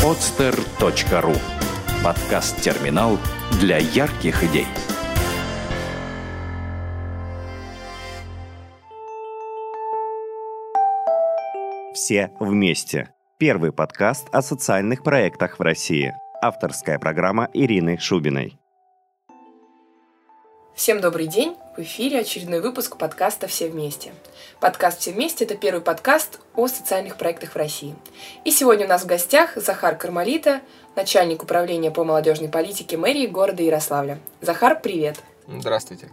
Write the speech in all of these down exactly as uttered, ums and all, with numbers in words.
подстер точка ру. Подкаст-терминал для ярких идей. Все вместе. Первый подкаст о социальных проектах в России. Авторская программа Ирины Шубиной. Всем добрый день! В эфире очередной выпуск подкаста «Все вместе». Подкаст «Все вместе» — это первый подкаст о социальных проектах в России. И сегодня у нас в гостях Захар Кармалита, начальник управления по молодежной политике мэрии города Ярославля. Захар, привет! Здравствуйте!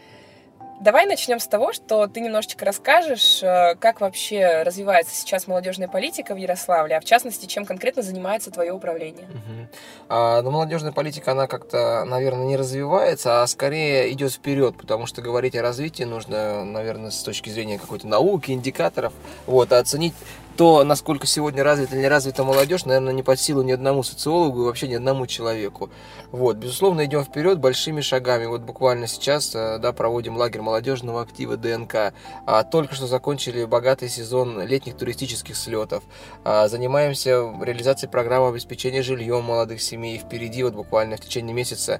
Давай начнем с того, что ты немножечко расскажешь, как вообще развивается сейчас молодежная политика в Ярославле, а в частности, чем конкретно занимается твое управление. Угу. А, ну, молодежная политика, она как-то, наверное, не развивается, а скорее идет вперед, потому что говорить о развитии нужно, наверное, с точки зрения какой-то науки, индикаторов, вот, а оценить то, насколько сегодня развита или не развита молодежь, наверное, не под силу ни одному социологу и вообще ни одному человеку. Вот, безусловно, идем вперед большими шагами. Вот буквально сейчас, да, проводим лагерь молодежного актива ДНК. А, только что закончили богатый сезон летних туристических слетов. А, занимаемся реализацией программы обеспечения жильем молодых семей. Впереди вот буквально в течение месяца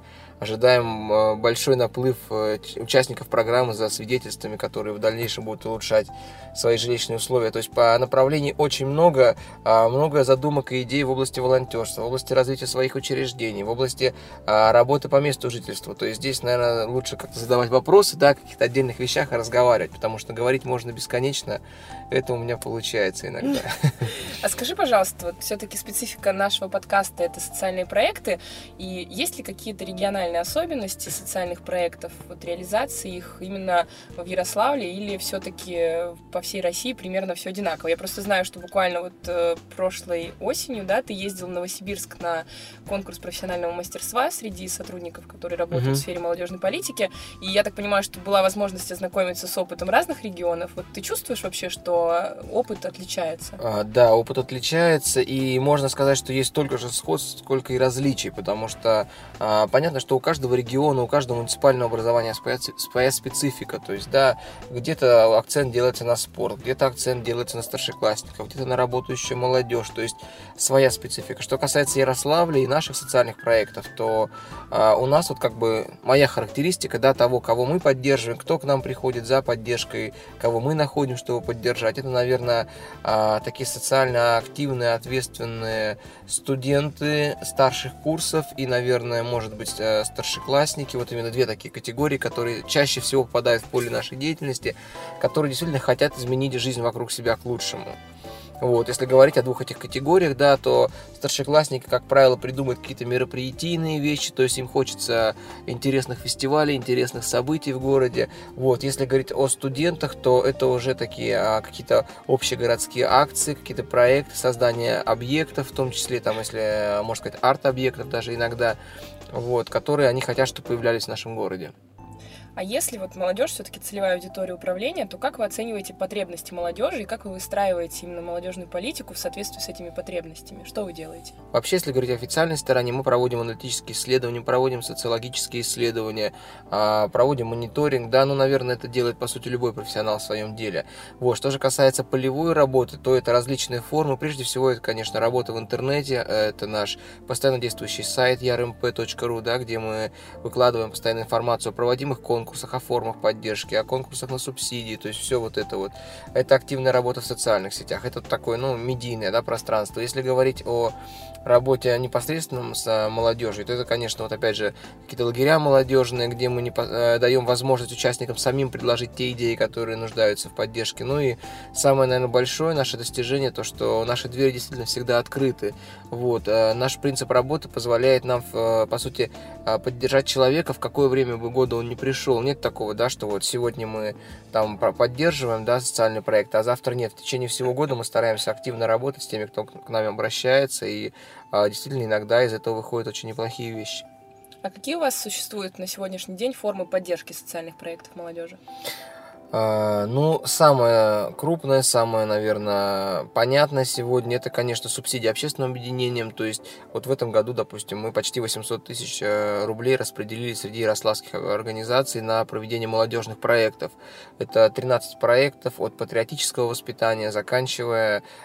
ожидаем большой наплыв участников программы за свидетельствами, которые в дальнейшем будут улучшать свои жилищные условия. То есть по направлению очень много, много задумок и идей в области волонтерства, в области развития своих учреждений, в области работы по месту жительства. То есть здесь, наверное, лучше как-то задавать вопросы, да, о каких-то отдельных вещах и разговаривать, потому что говорить можно бесконечно. Это у меня получается иногда. А скажи, пожалуйста, вот все-таки специфика нашего подкаста — это социальные проекты, и есть ли какие-то региональные особенности социальных проектов, вот реализации их именно в Ярославле, или все-таки по всей России примерно все одинаково? Я просто знаю, что буквально вот э, прошлой осенью, да, ты ездил в Новосибирск на конкурс профессионального мастерства среди сотрудников, которые работают uh-huh. в сфере молодежной политики, и я так понимаю, что была возможность ознакомиться с опытом разных регионов. Вот ты чувствуешь вообще, что опыт отличается? А, да, опыт отличается, и можно сказать, что есть столько же сходств, сколько и различий, потому что а, понятно, что у каждого региона, у каждого муниципального образования своя, своя специфика, то есть, да, где-то акцент делается на спорт, где-то акцент делается на старшеклассников, где-то на работающую молодежь, то есть своя специфика. Что касается Ярославля и наших социальных проектов, то а, у нас вот как бы моя характеристика, да, того, кого мы поддерживаем, кто к нам приходит за поддержкой, кого мы находим, чтобы поддержать. Это, наверное, такие социально активные, ответственные студенты старших курсов и, наверное, может быть, старшеклассники. Вот именно две такие категории, которые чаще всего попадают в поле нашей деятельности, которые действительно хотят изменить жизнь вокруг себя к лучшему. Вот, если говорить о двух этих категориях, да, то старшеклассники, как правило, придумывают какие-то мероприятийные вещи, то есть им хочется интересных фестивалей, интересных событий в городе. Вот, если говорить о студентах, то это уже такие а, какие-то общегородские акции, какие-то проекты, создание объектов, в том числе, там, если, можно сказать, арт-объектов даже иногда, вот, которые они хотят, чтобы появлялись в нашем городе. А если вот молодежь все-таки целевая аудитория управления, то как вы оцениваете потребности молодежи и как вы выстраиваете именно молодежную политику в соответствии с этими потребностями? Что вы делаете? Вообще, если говорить о официальной стороне, мы проводим аналитические исследования, проводим социологические исследования, проводим мониторинг. Да, ну, наверное, это делает, по сути, любой профессионал в своем деле. Вот. Что же касается полевой работы, то это различные формы. Прежде всего, это, конечно, работа в интернете. Это наш постоянно действующий сайт яр эм пэ точка ру, да, где мы выкладываем постоянно информацию о проводимых конкурсах, конкурсах, о формах поддержки, о конкурсах на субсидии, то есть все вот это вот. Это активная работа в социальных сетях, это такое, ну, медийное, да, пространство. Если говорить о работе непосредственно с молодежью, то это, конечно, вот опять же, какие-то лагеря молодежные, где мы не по- даем возможность участникам самим предложить те идеи, которые нуждаются в поддержке. Ну и самое, наверное, большое наше достижение, то, что наши двери действительно всегда открыты. Вот. Наш принцип работы позволяет нам, по сути, поддержать человека, в какое время бы года он не пришел. Нет такого, да, что вот сегодня мы там поддерживаем, да, социальный проект, а завтра нет. В течение всего года мы стараемся активно работать с теми, кто к нам обращается, и а, действительно иногда из этого выходят очень неплохие вещи. А какие у вас существуют на сегодняшний день формы поддержки социальных проектов молодежи? Ну, самое крупное, самое, наверное, понятное сегодня, это, конечно, субсидии общественным объединениям. То есть вот в этом году, допустим, мы почти восемьсот тысяч рублей распределили среди ярославских организаций на проведение молодежных проектов. Это тринадцать проектов от патриотического воспитания, заканчивая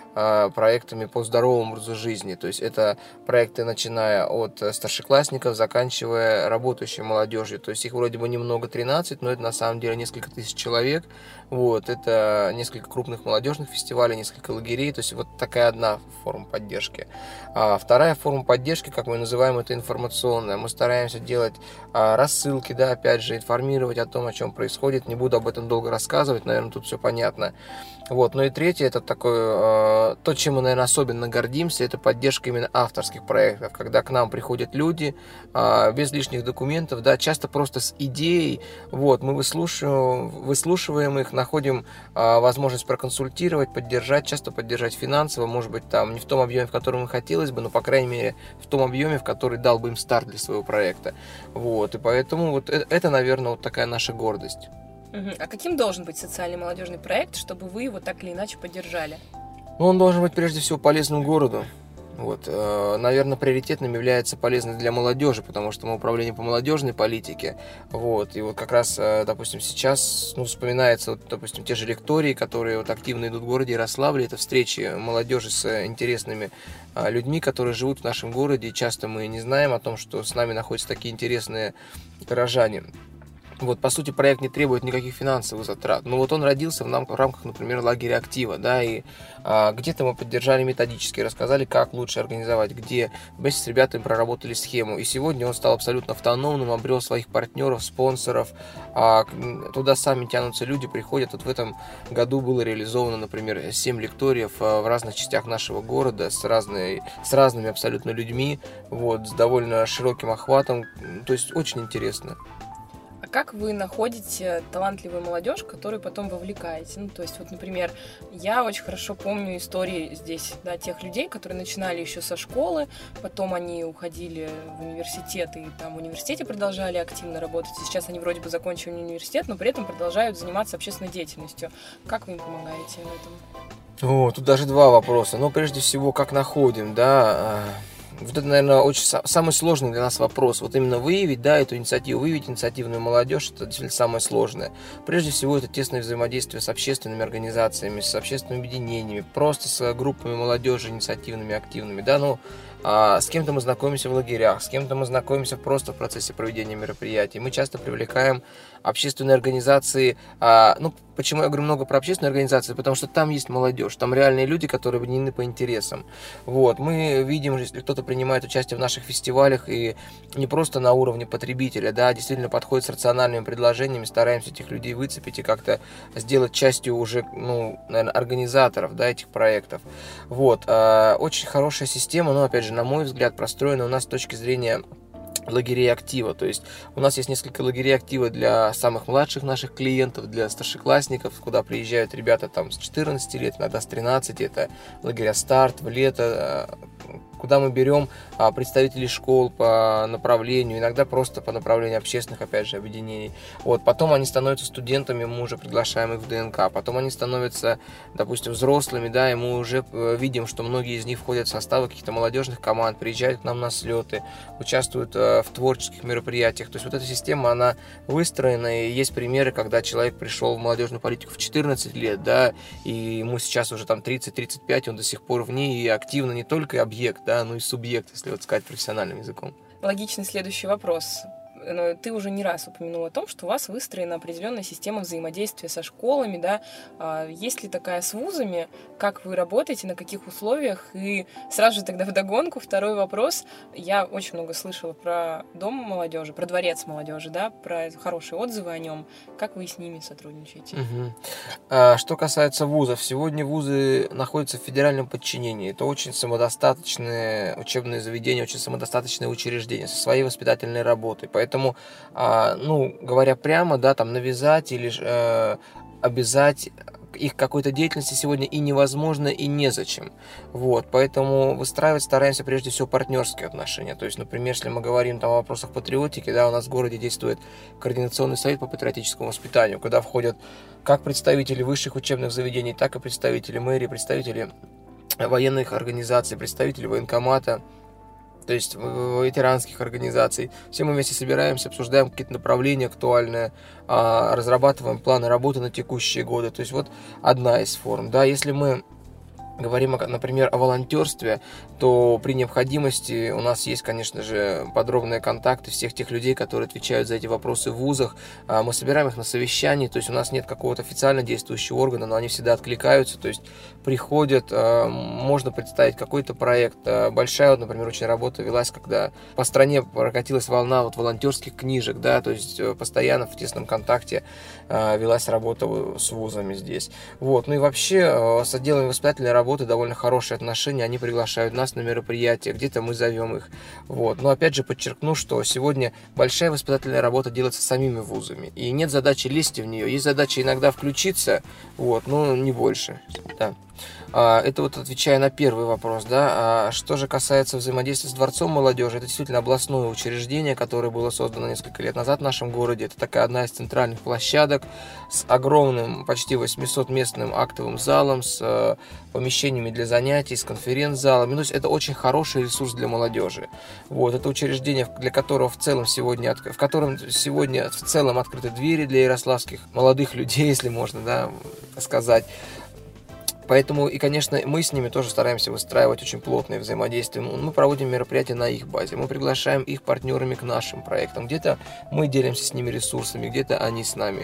проектами по здоровому образу жизни. То есть это проекты, начиная от старшеклассников, заканчивая работающей молодежью. То есть их вроде бы немного, тринадцать, но это на самом деле несколько тысяч человек. Вот, это несколько крупных молодежных фестивалей, несколько лагерей. То есть вот такая одна форма поддержки. А вторая форма поддержки, как мы называем, это информационная. Мы стараемся делать а, рассылки, да, опять же, информировать о том, о чем происходит. Не буду об этом долго рассказывать, наверное, тут все понятно. Вот. Ну и третье, это такое, э, то, чем мы, наверное, особенно гордимся, это поддержка именно авторских проектов, когда к нам приходят люди э, без лишних документов, да, часто просто с идеей, вот, мы выслушиваем, выслушиваем их, находим э, возможность проконсультировать, поддержать, часто поддержать финансово, может быть, там, не в том объеме, в котором им хотелось бы, но, по крайней мере, в том объеме, в который дал бы им старт для своего проекта, вот, и поэтому вот это, это наверное, вот такая наша гордость. А каким должен быть социальный молодежный проект, чтобы вы его так или иначе поддержали? Ну, он должен быть прежде всего полезным городу. Вот. Наверное, приоритетным является полезный для молодежи, потому что мы управление по молодежной политике. Вот. И вот как раз, допустим, сейчас ну, вспоминается, вот, допустим, те же лектории, которые вот активно идут в городе Ярославле. Это встречи молодежи с интересными людьми, которые живут в нашем городе. И часто мы не знаем о том, что с нами находятся такие интересные горожане. Вот, по сути, проект не требует никаких финансовых затрат. Но вот он родился в, нам, в рамках, например, лагеря актива, да, и а, где-то мы поддержали методически, рассказали, как лучше организовать, где вместе с ребятами проработали схему. И сегодня он стал абсолютно автономным, обрел своих партнеров, спонсоров. А, туда сами тянутся люди, приходят. Вот в этом году было реализовано, например, семь лекториев в разных частях нашего города с, разной, с разными абсолютно людьми, вот, с довольно широким охватом. То есть очень интересно. Как вы находите талантливую молодежь, которую потом вовлекаете? Ну, то есть, вот, например, я очень хорошо помню истории здесь, да, тех людей, которые начинали еще со школы, потом они уходили в университет, и там в университете продолжали активно работать. И сейчас они вроде бы закончили университет, но при этом продолжают заниматься общественной деятельностью. Как вы им помогаете в этом? О, тут даже два вопроса. Ну, прежде всего, как находим, да... Вот это, наверное, очень самый сложный для нас вопрос. Вот именно выявить, да, эту инициативу, выявить инициативную молодежь, это действительно самое сложное. Прежде всего, это тесное взаимодействие с общественными организациями, с общественными объединениями, просто с группами молодежи, инициативными, активными, да, ну, а с кем-то мы знакомимся в лагерях, с кем-то мы знакомимся просто в процессе проведения мероприятий. Мы часто привлекаем общественные организации. А, ну, почему я говорю много про общественные организации? Потому что там есть молодежь, там реальные люди, которые объединены по интересам. Вот. Мы видим, если кто-то принимает участие в наших фестивалях и не просто на уровне потребителя, да, действительно подходит с рациональными предложениями, стараемся этих людей выцепить и как-то сделать частью уже, ну, наверное, организаторов, да, этих проектов. Вот. А, очень хорошая система, но, опять же, на мой взгляд, простроена у нас с точки зрения лагерей актива. То есть у нас есть несколько лагерей актива для самых младших наших клиентов, для старшеклассников, куда приезжают ребята там с четырнадцати лет, иногда с тринадцати. Это лагеря «Старт», в лето, куда мы берем представителей школ по направлению, иногда просто по направлению общественных, опять же, объединений. Вот. Потом они становятся студентами, мы уже приглашаем их в ДНК. Потом они становятся, допустим, взрослыми, да, и мы уже видим, что многие из них входят в составы каких-то молодежных команд, приезжают к нам на слеты, участвуют в творческих мероприятиях. То есть вот эта система, она выстроена, и есть примеры, когда человек пришел в молодежную политику в четырнадцать лет, да, и ему сейчас уже там тридцать-тридцать пять, он до сих пор в ней и активно не только объект, да, но и субъект, если вот сказать профессиональным языком. Логичный следующий вопрос. Ты уже не раз упомянул о том, что у вас выстроена определенная система взаимодействия со школами, да? Есть ли такая с вузами? Как вы работаете, на каких условиях? И сразу же тогда вдогонку второй вопрос. Я очень много слышала про дом молодежи, про дворец молодежи, да, про хорошие отзывы о нем. Как вы с ними сотрудничаете? Угу. А, что касается вузов, сегодня вузы находятся в федеральном подчинении. Это очень самодостаточные учебные заведения, очень самодостаточные учреждения со своей воспитательной работой. Поэтому Поэтому, ну, говоря прямо, да, там навязать или э, обязать их какой-то деятельности сегодня и невозможно, и незачем. Вот, поэтому выстраивать стараемся прежде всего партнерские отношения. То есть, например, если мы говорим там о вопросах патриотики, да, у нас в городе действует Координационный совет по патриотическому воспитанию, куда входят как представители высших учебных заведений, так и представители мэрии, представители военных организаций, представители военкомата, то есть ветеранских организаций. Все мы вместе собираемся, обсуждаем какие-то направления актуальные, разрабатываем планы работы на текущие годы. То есть вот одна из форм. Да, если мы говорим, например, о волонтерстве, то при необходимости у нас есть, конечно же, подробные контакты всех тех людей, которые отвечают за эти вопросы в вузах. Мы собираем их на совещании, то есть у нас нет какого-то официально действующего органа, но они всегда откликаются, то есть приходят, можно представить какой-то проект. Большая, вот, например, очень работа велась, когда по стране прокатилась волна вот волонтерских книжек, да, то есть постоянно в тесном контакте велась работа с вузами здесь. Вот. Ну и вообще с отделами воспитательной работы довольно хорошие отношения, они приглашают нас на мероприятия, где-то мы зовем их. Вот. Но опять же подчеркну, что сегодня большая воспитательная работа делается самими вузами, и нет задачи лезть в нее, есть задача иногда включиться, вот, но не больше. Да. Это вот отвечая на первый вопрос, да. А что же касается взаимодействия с Дворцом молодежи, это действительно областное учреждение, которое было создано несколько лет назад в нашем городе. Это такая одна из центральных площадок с огромным, почти восьмисотместным актовым залом, с помещениями для занятий, с конференц-залами. То есть это очень хороший ресурс для молодежи. Вот, это учреждение, для которого в целом сегодня, в котором сегодня в целом открыты двери для ярославских молодых людей, если можно, да, сказать. Поэтому, и, конечно, мы с ними тоже стараемся выстраивать очень плотное взаимодействие. Мы проводим мероприятия на их базе, мы приглашаем их партнерами к нашим проектам. Где-то мы делимся с ними ресурсами, где-то они с нами.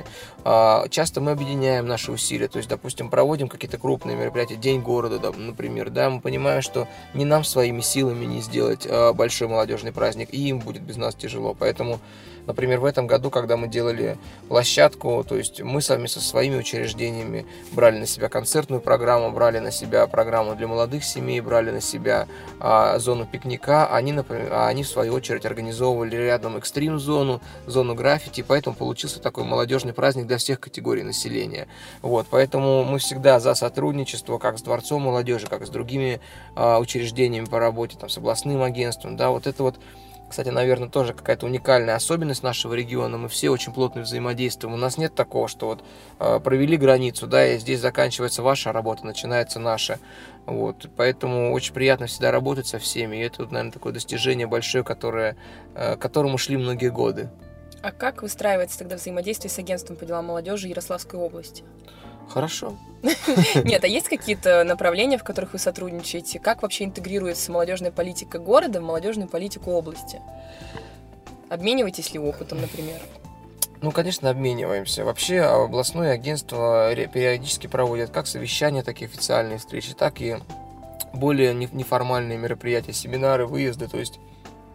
Часто мы объединяем наши усилия, то есть, допустим, проводим какие-то крупные мероприятия, День города, например, да, мы понимаем, что не нам своими силами не сделать большой молодежный праздник, и им будет без нас тяжело, поэтому... Например, в этом году, когда мы делали площадку, то есть мы совместно со своими учреждениями брали на себя концертную программу, брали на себя программу для молодых семей, брали на себя а, зону пикника, они, например, они в свою очередь организовывали рядом экстрим-зону, зону граффити, поэтому получился такой молодежный праздник для всех категорий населения. Вот, поэтому мы всегда за сотрудничество как с Дворцом молодежи, как и с другими а, учреждениями по работе, там, с областным агентством, да, вот это вот. Кстати, наверное, тоже какая-то уникальная особенность нашего региона. Мы все очень плотно взаимодействуем. У нас нет такого, что вот э, провели границу, да, и здесь заканчивается ваша работа, начинается наша. Вот. Поэтому очень приятно всегда работать со всеми. И это, вот, наверное, такое достижение большое, которое, э, к которому шли многие годы. А как выстраивается тогда взаимодействие с агентством по делам молодежи Ярославской области? Хорошо. Нет, а есть какие-то направления, в которых вы сотрудничаете? Как вообще интегрируется молодежная политика города в молодежную политику области? Обмениваетесь ли опытом, например? Ну, конечно, обмениваемся. Вообще, областное агентство периодически проводит как совещания, так и официальные встречи, так и более неформальные мероприятия, семинары, выезды. То есть,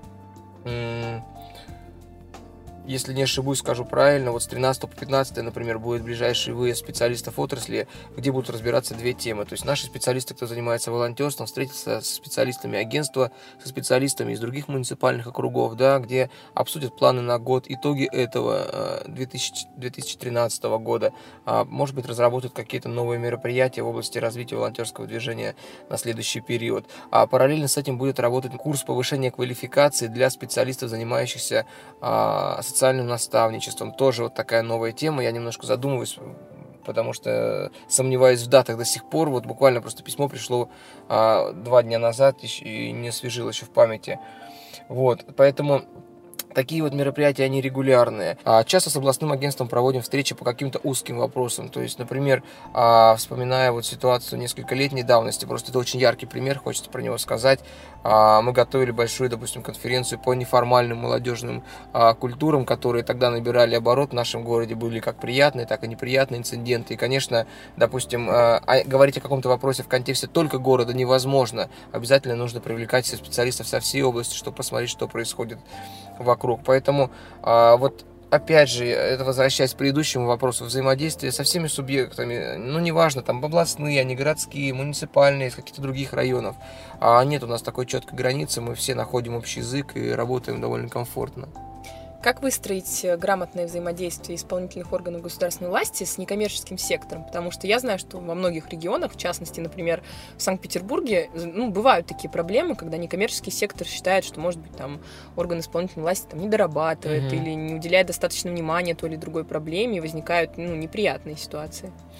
если не ошибусь, скажу правильно, вот с тринадцатого по пятнадцатое, например, будет ближайший выезд специалистов отрасли, где будут разбираться две темы. То есть наши специалисты, кто занимается волонтерством, встретятся с специалистами агентства, со специалистами из других муниципальных округов, да, где обсудят планы на год, итоги этого две тысячи тринадцатого года. Может быть, разработают какие-то новые мероприятия в области развития волонтерского движения на следующий период. А параллельно с этим будет работать курс повышения квалификации для специалистов, занимающихся социальным наставничеством. Тоже вот такая новая тема. Я немножко задумываюсь, потому что сомневаюсь в датах до сих пор. Вот буквально просто письмо пришло а, два дня назад и не освежило еще в памяти. Вот, поэтому такие вот мероприятия, они регулярные. А часто с областным агентством проводим встречи по каким-то узким вопросам. То есть, например, а, вспоминая вот ситуацию нескольколетней давности, просто это очень яркий пример, хочется про него сказать. А, мы готовили большую, допустим, конференцию по неформальным молодежным а, культурам, которые тогда набирали оборот в нашем городе. Были как приятные, так и неприятные инциденты. И, конечно, допустим, а, а, говорить о каком-то вопросе в контексте только города невозможно. Обязательно нужно привлекать специалистов со всей области, чтобы посмотреть, что происходит вокруг. Поэтому а, вот опять же, это возвращаясь к предыдущему вопросу, взаимодействие со всеми субъектами, ну неважно, там областные, они городские, муниципальные, из каких-то других районов. А нет у нас такой четкой границы, мы все находим общий язык и работаем довольно комфортно. Как выстроить грамотное взаимодействие исполнительных органов государственной власти с некоммерческим сектором? Потому что я знаю, что во многих регионах, в частности, например, в Санкт-Петербурге, ну, бывают такие проблемы, когда некоммерческий сектор считает, что, может быть, там орган исполнительной власти там, не дорабатывает mm-hmm. или не уделяет достаточно внимания той или другой проблеме, и возникают ну, неприятные ситуации.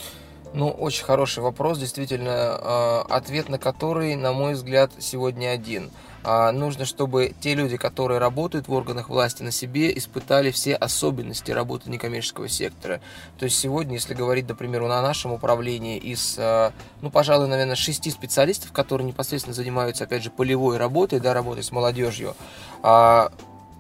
Ну, очень хороший вопрос, действительно, ответ на который, на мой взгляд, сегодня один. Нужно, чтобы те люди, которые работают в органах власти, на себе испытали все особенности работы некоммерческого сектора. То есть сегодня, если говорить, например, на нашем управлении из, ну, пожалуй, наверное, шести специалистов, которые непосредственно занимаются, опять же, полевой работой, да, работой с молодежью, да,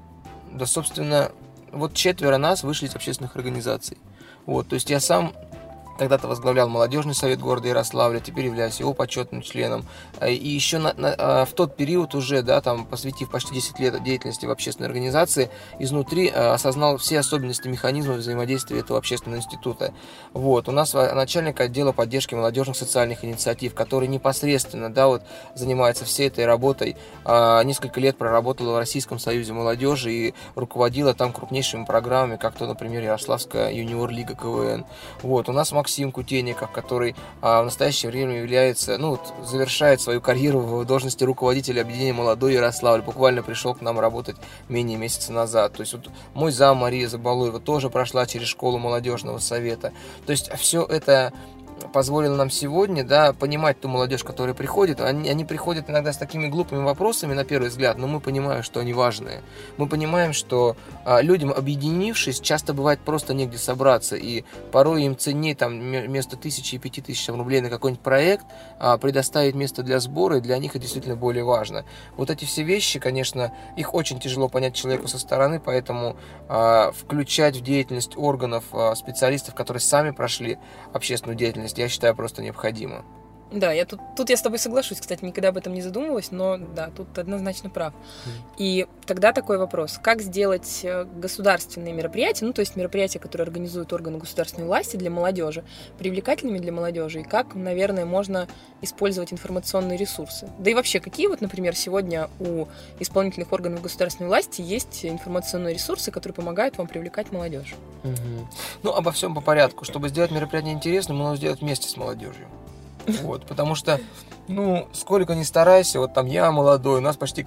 собственно, вот четверо нас вышли из общественных организаций. Вот, то есть я сам когда-то возглавлял молодежный совет города Ярославля, теперь являюсь его почетным членом. И еще на, на, в тот период уже, да, там, посвятив почти десять лет деятельности в общественной организации, изнутри осознал все особенности механизма взаимодействия этого общественного института. Вот. У нас начальник отдела поддержки молодежных социальных инициатив, который непосредственно, да, вот, занимается всей этой работой. Несколько лет проработала в Российском союзе молодежи и руководила там крупнейшими программами, как то, например, Ярославская юниор-лига ка вэ эн. Вот. У нас Максим Кутенников, который а, в настоящее время является, ну, вот, завершает свою карьеру в должности руководителя объединения «Молодой Ярославль». Буквально пришел к нам работать менее месяца назад. То есть вот мой зам Мария Забалуева тоже прошла через школу молодежного совета. То есть все это позволило нам сегодня, да, понимать ту молодежь, которая приходит. Они, они приходят иногда с такими глупыми вопросами, на первый взгляд, но мы понимаем, что они важные. Мы понимаем, что а, людям, объединившись, часто бывает просто негде собраться, и порой им ценнее там вместо тысячи и пяти тысяч рублей на какой-нибудь проект а, предоставить место для сбора, и для них это действительно более важно. Вот эти все вещи, конечно, их очень тяжело понять человеку со стороны, поэтому а, включать в деятельность органов а, специалистов, которые сами прошли общественную деятельность, я считаю, просто необходимо. Да, я тут, тут я с тобой соглашусь, кстати, никогда об этом не задумывалась, но да, тут однозначно прав. Mm. И тогда такой вопрос, как сделать государственные мероприятия, ну то есть мероприятия, которые организуют органы государственной власти для молодежи, привлекательными для молодежи, и как, наверное, можно использовать информационные ресурсы. Да и вообще, какие вот, например, сегодня у исполнительных органов государственной власти есть информационные ресурсы, которые помогают вам привлекать молодежь? Mm-hmm. Ну, обо всем по порядку. Чтобы сделать мероприятие интересным, мы нужно сделать вместе с молодежью. Вот, потому что, ну, сколько ни старайся, вот там я молодой, у нас почти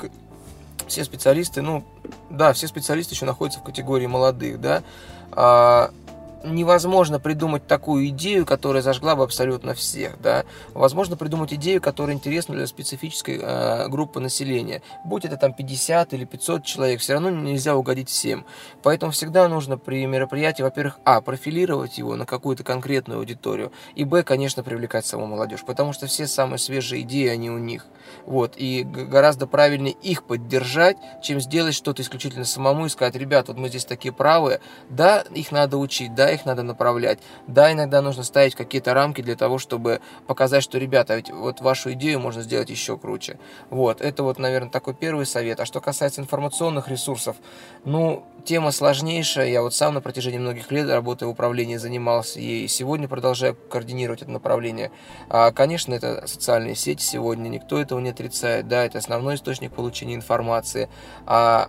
все специалисты, ну, да, все специалисты еще находятся в категории молодых, да, а, невозможно придумать такую идею, которая зажгла бы абсолютно всех, да. Возможно придумать идею, которая интересна для специфической э, группы населения. Будь это там пятьдесят или пятьсот человек, все равно нельзя угодить всем. Поэтому всегда нужно при мероприятии, во-первых, а, профилировать его на какую-то конкретную аудиторию, и, б, конечно, привлекать саму молодежь, потому что все самые свежие идеи, они у них. Вот, и гораздо правильнее их поддержать, чем сделать что-то исключительно самому и сказать: ребят, вот мы здесь такие правые, да, их надо учить, да, их надо направлять, да, иногда нужно ставить какие-то рамки для того, чтобы показать, что, ребята, ведь вот вашу идею можно сделать еще круче. Вот, это вот, наверное, такой первый совет. А что касается информационных ресурсов, ну, тема сложнейшая, я вот сам на протяжении многих лет, работая в управлении, занимался ей, и сегодня продолжаю координировать это направление. А, конечно, это социальные сети сегодня, никто этого не отрицает, да, это основной источник получения информации, а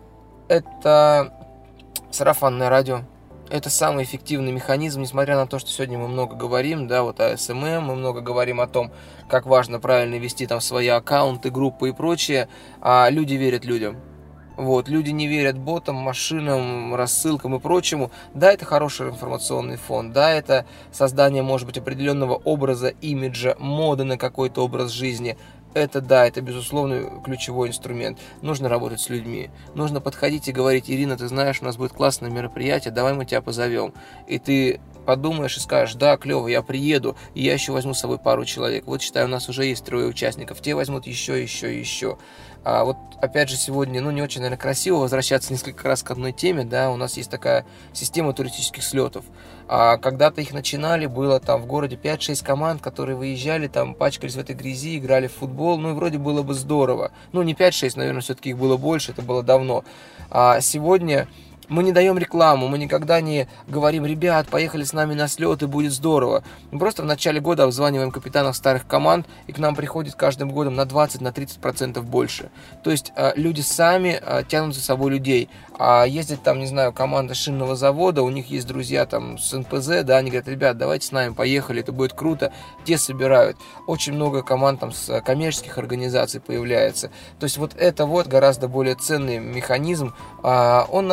это сарафанное радио. Это самый эффективный механизм, несмотря на то, что сегодня мы много говорим, да, вот о эс эм эм, мы много говорим о том, как важно правильно вести там свои аккаунты, группы и прочее, а люди верят людям. Вот, люди не верят ботам, машинам, рассылкам и прочему. Да, это хороший информационный фон, да, это создание, может быть, определенного образа, имиджа, моды на какой-то образ жизни. Это, да, это, безусловно, ключевой инструмент. Нужно работать с людьми. Нужно подходить и говорить: Ирина, ты знаешь, у нас будет классное мероприятие, давай мы тебя позовем. И ты подумаешь и скажешь: да, клево, я приеду, и я еще возьму с собой пару человек. Вот, считаю, у нас уже есть трое участников, те возьмут еще, еще, еще. А вот, опять же, сегодня, ну, не очень, наверное, красиво возвращаться несколько раз к одной теме, да, у нас есть такая система туристических слетов. А когда-то их начинали, было там в городе пять-шесть команд, которые выезжали, там пачкались в этой грязи, играли в футбол, ну, и вроде было бы здорово. Ну, не пять-шесть, наверное, все-таки их было больше, это было давно. А сегодня мы не даем рекламу, мы никогда не говорим: ребят, поехали с нами на слет, и будет здорово. Мы просто в начале года обзваниваем капитанов старых команд, и к нам приходит каждым годом на двадцать-тридцать процентов больше. То есть люди сами тянут за собой людей. А ездит там, не знаю, команда шинного завода, у них есть друзья там с эн пэ зэ, да, они говорят: ребят, давайте с нами, поехали, это будет круто. Те собирают. Очень много команд там с коммерческих организаций появляется. То есть вот это вот гораздо более ценный механизм. Он, наверное, может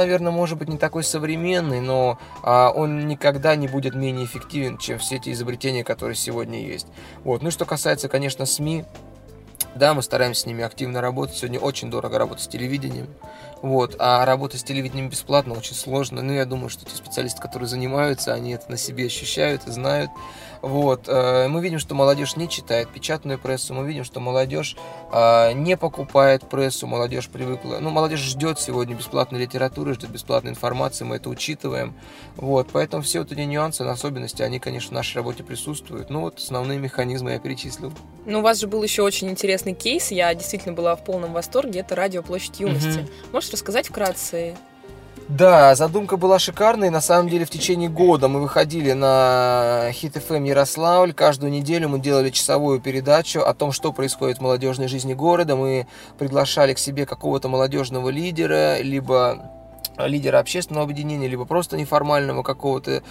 может быть не такой современный, но а, он никогда не будет менее эффективен, чем все эти изобретения, которые сегодня есть. Вот. Ну и что касается, конечно, СМИ, да, мы стараемся с ними активно работать. Сегодня очень дорого работать с телевидением. Вот. А работа с телевидением бесплатно очень сложно. Ну, я думаю, что те специалисты, которые занимаются, они это на себе ощущают и знают. Вот. Мы видим, что молодежь не читает печатную прессу, мы видим, что молодежь не покупает прессу, молодежь привыкла. Ну, молодежь ждет сегодня бесплатной литературы, ждет бесплатной информации, мы это учитываем. Вот. Поэтому все вот эти нюансы, особенности, они, конечно, в нашей работе присутствуют. Ну, вот основные механизмы я перечислил. Ну, у вас же был еще очень интересный кейс, я действительно была в полном восторге, это радио «Площадь юности». Mm-hmm. Можешь рассказать вкратце? Да, задумка была шикарной. На самом деле в течение года мы выходили на Хит эф эм Ярославль. Каждую неделю мы делали часовую передачу о том, что происходит в молодежной жизни города. Мы приглашали к себе какого-то молодежного лидера, либо лидера общественного объединения, либо просто неформального какого-то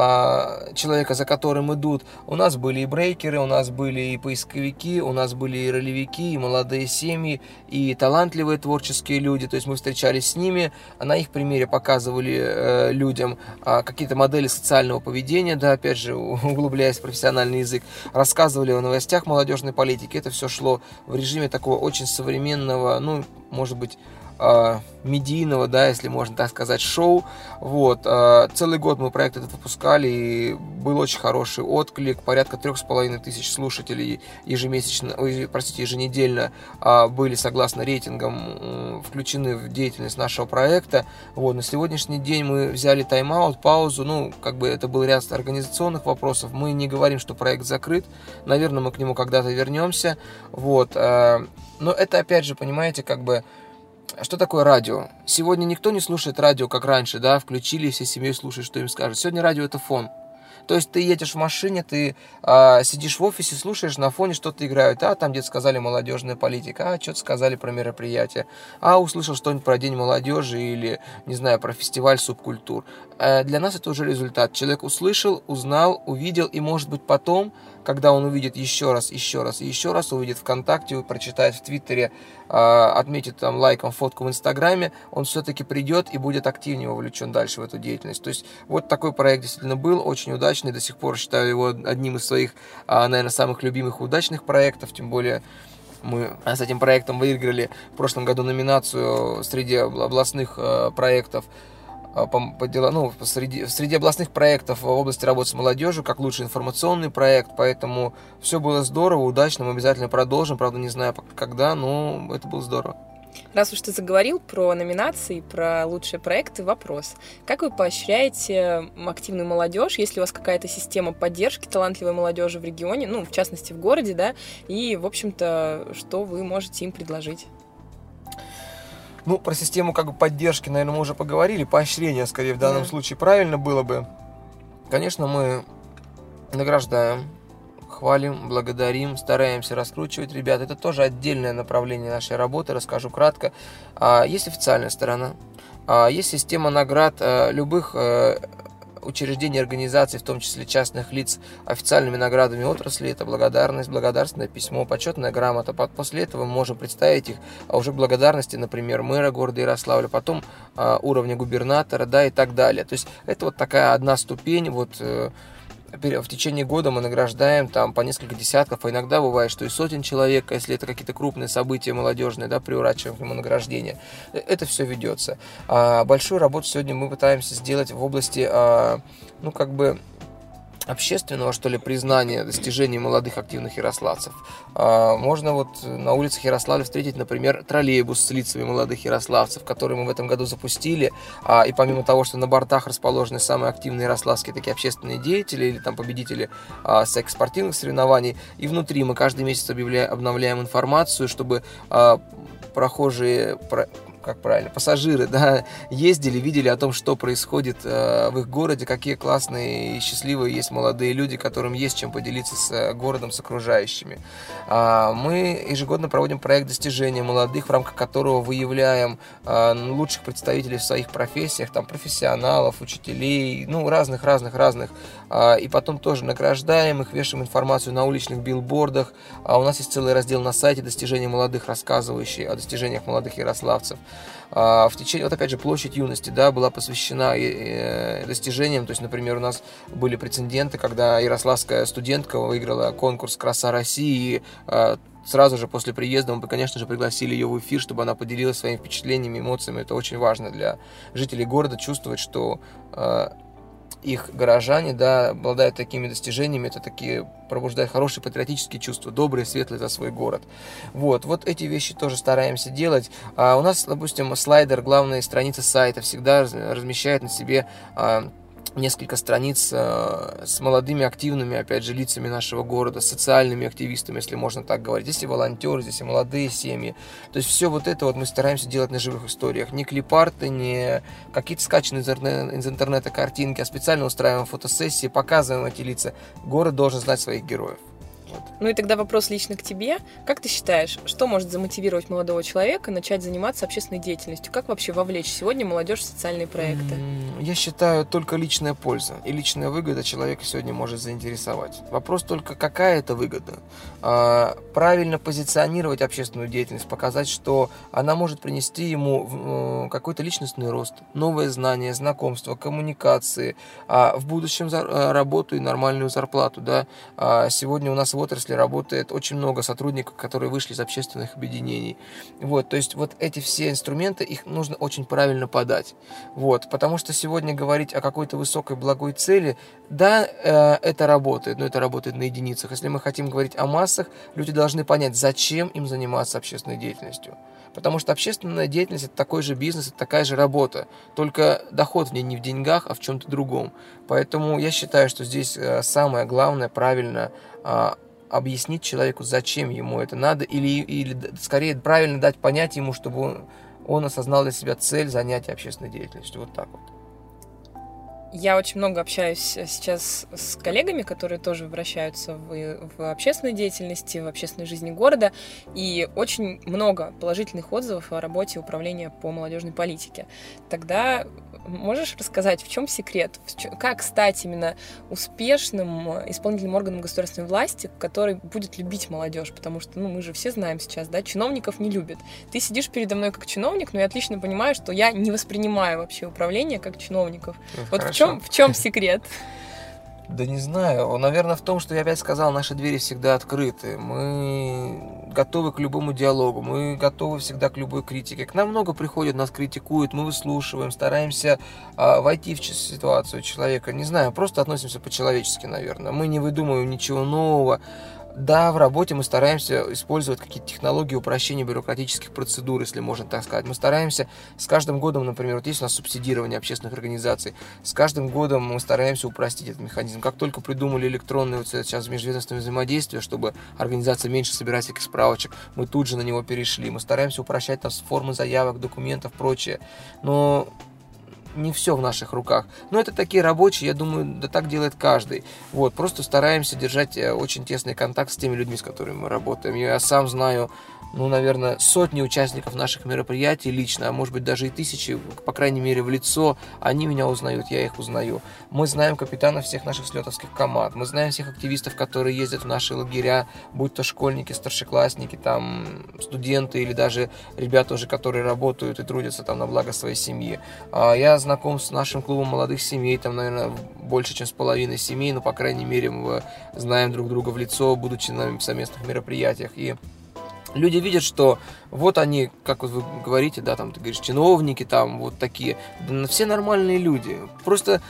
а, человека, за которым идут. У нас были и брейкеры, у нас были и поисковики, у нас были и ролевики, и молодые семьи, и талантливые творческие люди. То есть мы встречались с ними, на их примере показывали э, людям а, какие-то модели социального поведения, да, опять же, углубляясь в профессиональный язык, рассказывали о новостях молодежной политики. Это все шло в режиме такого очень современного, ну, может быть, медийного, да, если можно так сказать, шоу. Вот. Целый год мы проект этот выпускали, и был очень хороший отклик. Порядка трех с половиной тысяч слушателей ежемесячно, ой, простите, еженедельно были, согласно рейтингам, включены в деятельность нашего проекта. Вот. На сегодняшний день мы взяли тайм-аут, паузу. Ну, как бы это был ряд организационных вопросов. Мы не говорим, что проект закрыт. Наверное, мы к нему когда-то вернемся. Вот. Но это, опять же, понимаете, как бы что такое радио? Сегодня никто не слушает радио, как раньше, да, включили, и всей семьей слушают, что им скажут. Сегодня радио — это фон. То есть ты едешь в машине, ты а, сидишь в офисе, слушаешь, на фоне что-то играют. А, там где-то сказали молодежная политика, а, что-то сказали про мероприятие. А, услышал что-нибудь про День молодежи или, не знаю, про фестиваль субкультур. А для нас это уже результат. Человек услышал, узнал, увидел, и, может быть, потом, когда он увидит еще раз, еще раз и еще раз, увидит ВКонтакте, прочитает в Твиттере, отметит там лайком фотку в Инстаграме, он все-таки придет и будет активнее вовлечен дальше в эту деятельность. То есть вот такой проект действительно был, очень удачный, до сих пор считаю его одним из своих, наверное, самых любимых и удачных проектов, тем более мы с этим проектом выиграли в прошлом году номинацию среди областных проектов, по, по дела, ну, среди, среди областных проектов в области работы с молодежью, как лучший информационный проект, поэтому все было здорово, удачно, мы обязательно продолжим, правда не знаю когда, но это было здорово. Раз уж ты заговорил про номинации, про лучшие проекты, вопрос. Как вы поощряете активную молодежь? Есть ли у вас какая-то система поддержки талантливой молодежи в регионе, ну, в частности, в городе, да? И, в общем-то, что вы можете им предложить? Ну, про систему как бы поддержки, наверное, мы уже поговорили. Поощрение, скорее, в данном yeah. случае правильно было бы. Конечно, мы награждаем, хвалим, благодарим, стараемся раскручивать ребят. Это тоже отдельное направление нашей работы, расскажу кратко. Есть официальная сторона, есть система наград любых учреждений, организаций, в том числе частных лиц, официальными наградами отрасли. Это благодарность, благодарственное письмо, почетная грамота. После этого мы можем представить их уже благодарности, например, мэра города Ярославля, потом а, уровня губернатора, да, и так далее. То есть это вот такая одна ступень, вот э, в течение года мы награждаем там по несколько десятков, а иногда бывает, что и сотен человек, если это какие-то крупные события молодежные, да, приурачиваем к нему награждение. Это все ведется. А большую работу сегодня мы пытаемся сделать в области, а, ну, как бы, общественного, что ли, признания достижений молодых активных ярославцев. А, можно вот на улицах Ярославля встретить, например, троллейбус с лицами молодых ярославцев, который мы в этом году запустили. А, и помимо того, что на бортах расположены самые активные ярославские такие общественные деятели или там победители а, всяких спортивных соревнований, и внутри мы каждый месяц объявляем, обновляем информацию, чтобы а, прохожие... Про... как правильно, пассажиры, да, ездили, видели о том, что происходит э, в их городе, какие классные и счастливые есть молодые люди, которым есть чем поделиться с э, городом, с окружающими. А, мы ежегодно проводим проект достижения молодых, в рамках которого выявляем э, лучших представителей в своих профессиях, там, профессионалов, учителей, ну, разных-разных-разных, а, и потом тоже награждаем их, вешаем информацию на уличных билбордах. А у нас есть целый раздел на сайте «Достижения молодых», рассказывающий о достижениях молодых ярославцев. В течение, вот опять же, площадь юности, да, была посвящена достижениям. То есть, например, у нас были прецеденты, когда ярославская студентка выиграла конкурс «Краса России», и сразу же после приезда мы, конечно же, пригласили ее в эфир, чтобы она поделилась своими впечатлениями, эмоциями. Это очень важно для жителей города, чувствовать, что их горожане, да, обладают такими достижениями, это такие пробуждает хорошие патриотические чувства, добрые, светлые за свой город. Вот, вот эти вещи тоже стараемся делать. А у нас, допустим, слайдер, главная страница сайта всегда размещает на себе а, несколько страниц э, с молодыми, активными, опять же, лицами нашего города, социальными активистами, если можно так говорить. Здесь и волонтеры, здесь и молодые семьи. То есть все вот это вот мы стараемся делать на живых историях. Не клипарты, не какие-то скачанные из интернета картинки, а специально устраиваем фотосессии, показываем эти лица. Город должен знать своих героев. Вот. Ну и тогда вопрос лично к тебе. Как ты считаешь, что может замотивировать молодого человека начать заниматься общественной деятельностью? Как вообще вовлечь сегодня молодежь в социальные проекты? Я считаю, только личная польза и личная выгода человека сегодня может заинтересовать. Вопрос только, какая это выгода? А, правильно позиционировать общественную деятельность, показать, что она может принести ему какой-то личностный рост, новые знания, знакомства, коммуникации, а в будущем за, работу и нормальную зарплату. Да? А сегодня у нас в отрасли работает очень много сотрудников, которые вышли из общественных объединений. Вот, то есть вот эти все инструменты, их нужно очень правильно подать. Вот, потому что сегодня говорить о какой-то высокой благой цели, да, э, это работает, но это работает на единицах. Если мы хотим говорить о массах, люди должны понять, зачем им заниматься общественной деятельностью. Потому что общественная деятельность – это такой же бизнес, это такая же работа. Только доход в ней не в деньгах, а в чем-то другом. Поэтому я считаю, что здесь самое главное правильно объяснить человеку, зачем ему это надо, или, или скорее правильно дать понять ему, чтобы он, он осознал для себя цель занятия общественной деятельностью. Вот так вот. Я очень много общаюсь сейчас с коллегами, которые тоже вращаются в, в общественной деятельности, в общественной жизни города, и очень много положительных отзывов о работе управления по молодежной политике. Тогда можешь рассказать, в чем секрет? Как стать именно успешным исполнительным органом государственной власти, который будет любить молодежь? Потому что, ну, мы же все знаем сейчас, да, чиновников не любят. Ты сидишь передо мной как чиновник, но я отлично понимаю, что я не воспринимаю вообще управление как чиновников. Ну, вот в чем, в чем секрет? Да не знаю. Наверное, в том, что я опять сказал, наши двери всегда открыты. Мы готовы к любому диалогу, мы готовы всегда к любой критике. К нам много приходят, нас критикуют, мы выслушиваем, стараемся а, войти в ситуацию человека. Не знаю, просто относимся по-человечески, наверное. Мы не выдумываем ничего нового. Да, в работе мы стараемся использовать какие-то технологии упрощения бюрократических процедур, если можно так сказать. Мы стараемся с каждым годом, например, вот есть у нас субсидирование общественных организаций, с каждым годом мы стараемся упростить этот механизм. Как только придумали электронное вот сейчас межведомственное взаимодействие, чтобы организация меньше собирать всяких справочек, мы тут же на него перешли. Мы стараемся упрощать там формы заявок, документов, прочее. Но не все в наших руках. Но это такие рабочие, я думаю, да так делает каждый. Вот, просто стараемся держать очень тесный контакт с теми людьми, с которыми мы работаем. Я сам знаю, ну, наверное, сотни участников наших мероприятий лично, а может быть даже и тысячи, по крайней мере, в лицо. Они меня узнают, я их узнаю. Мы знаем капитанов всех наших слетовских команд, мы знаем всех активистов, которые ездят в наши лагеря, будь то школьники, старшеклассники, там, студенты или даже ребята уже, которые работают и трудятся там на благо своей семьи. Я знаком с нашим клубом молодых семей, там, наверное, больше, чем с половиной семей, но, по крайней мере, мы знаем друг друга в лицо, будучи на совместных мероприятиях. И люди видят, что вот они, как вот вы говорите, да, там ты говоришь, чиновники, там вот такие, да, все нормальные люди. Просто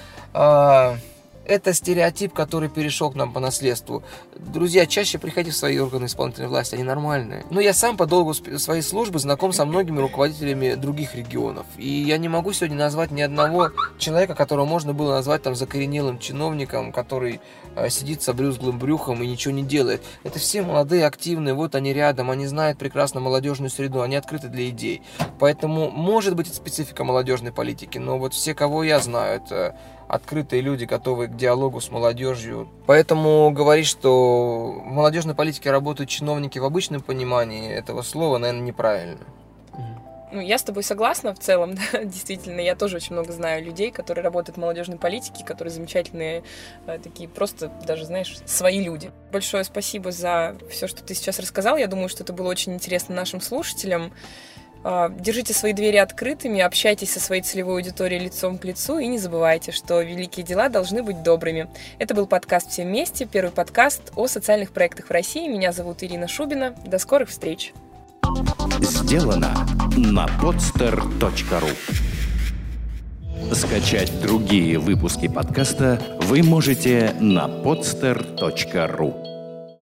э, это стереотип, который перешел к нам по наследству. Друзья, чаще приходите в свои органы исполнительной власти, они нормальные. Но я сам по долгу своей службы знаком со многими руководителями других регионов. И я не могу сегодня назвать ни одного человека, которого можно было назвать там закоренелым чиновником, который э, сидит с обрюзглым брюхом и ничего не делает. Это все молодые, активные, вот они рядом, они знают прекрасно молодежную среду, они открыты для идей. Поэтому, может быть, это специфика молодежной политики, но вот все, кого я знаю, это открытые люди, готовые к диалогу с молодежью. Поэтому говорить, что в молодежной политике работают чиновники в обычном понимании этого слова, наверное, неправильно. Ну, я с тобой согласна в целом, да, действительно. Я тоже очень много знаю людей, которые работают в молодежной политике, которые замечательные, такие просто даже, знаешь, свои люди. Большое спасибо за все, что ты сейчас рассказал. Я думаю, что это было очень интересно нашим слушателям. Держите свои двери открытыми, общайтесь со своей целевой аудиторией лицом к лицу и не забывайте, что великие дела должны быть добрыми. Это был подкаст «Все вместе», первый подкаст о социальных проектах в России. Меня зовут Ирина Шубина. До скорых встреч! Сделано на podster точка ру. Скачать другие выпуски подкаста вы можете на podster точка ру.